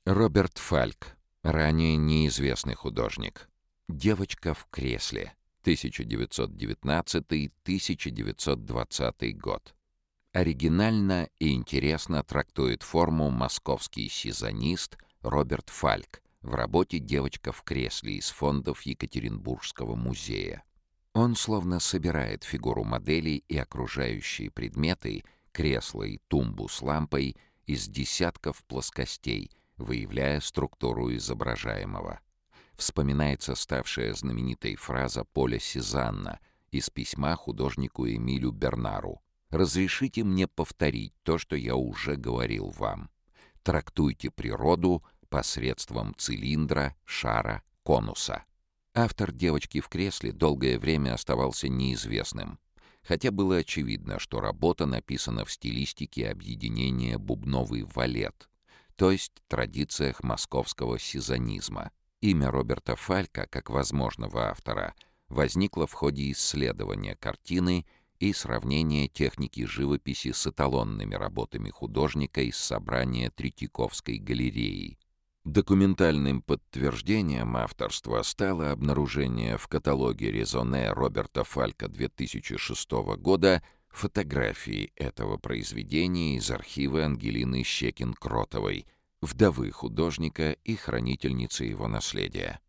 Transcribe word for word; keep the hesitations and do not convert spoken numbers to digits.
Роберт Фальк, ранее неизвестный художник. «Девочка в кресле», тысяча девятьсот девятнадцатый — тысяча девятьсот двадцатый год. Оригинально и интересно трактует форму московский сезонист Роберт Фальк в работе «Девочка в кресле» из фондов Екатеринбургского музея. Он словно собирает фигуру модели и окружающие предметы, кресло и тумбу с лампой, из десятков плоскостей, выявляя структуру изображаемого. Вспоминается ставшая знаменитой фраза Поля Сезанна из письма художнику Эмилю Бернару: «Разрешите мне повторить то, что я уже говорил вам. Трактуйте природу посредством цилиндра, шара, конуса». Автор «Девочки в кресле» долгое время оставался неизвестным, хотя было очевидно, что работа написана в стилистике объединения бубновый валет, то есть традициях московского сезонизма. Имя Роберта Фалька, как возможного автора, возникло в ходе исследования картины и сравнения техники живописи с эталонными работами художника из собрания Третьяковской галереи. Документальным подтверждением авторства стало обнаружение в каталоге резоне Роберта Фалька две тысячи шестого года фотографии этого произведения из архива Ангелины Щекин-Кротовой, вдовы художника и хранительницы его наследия.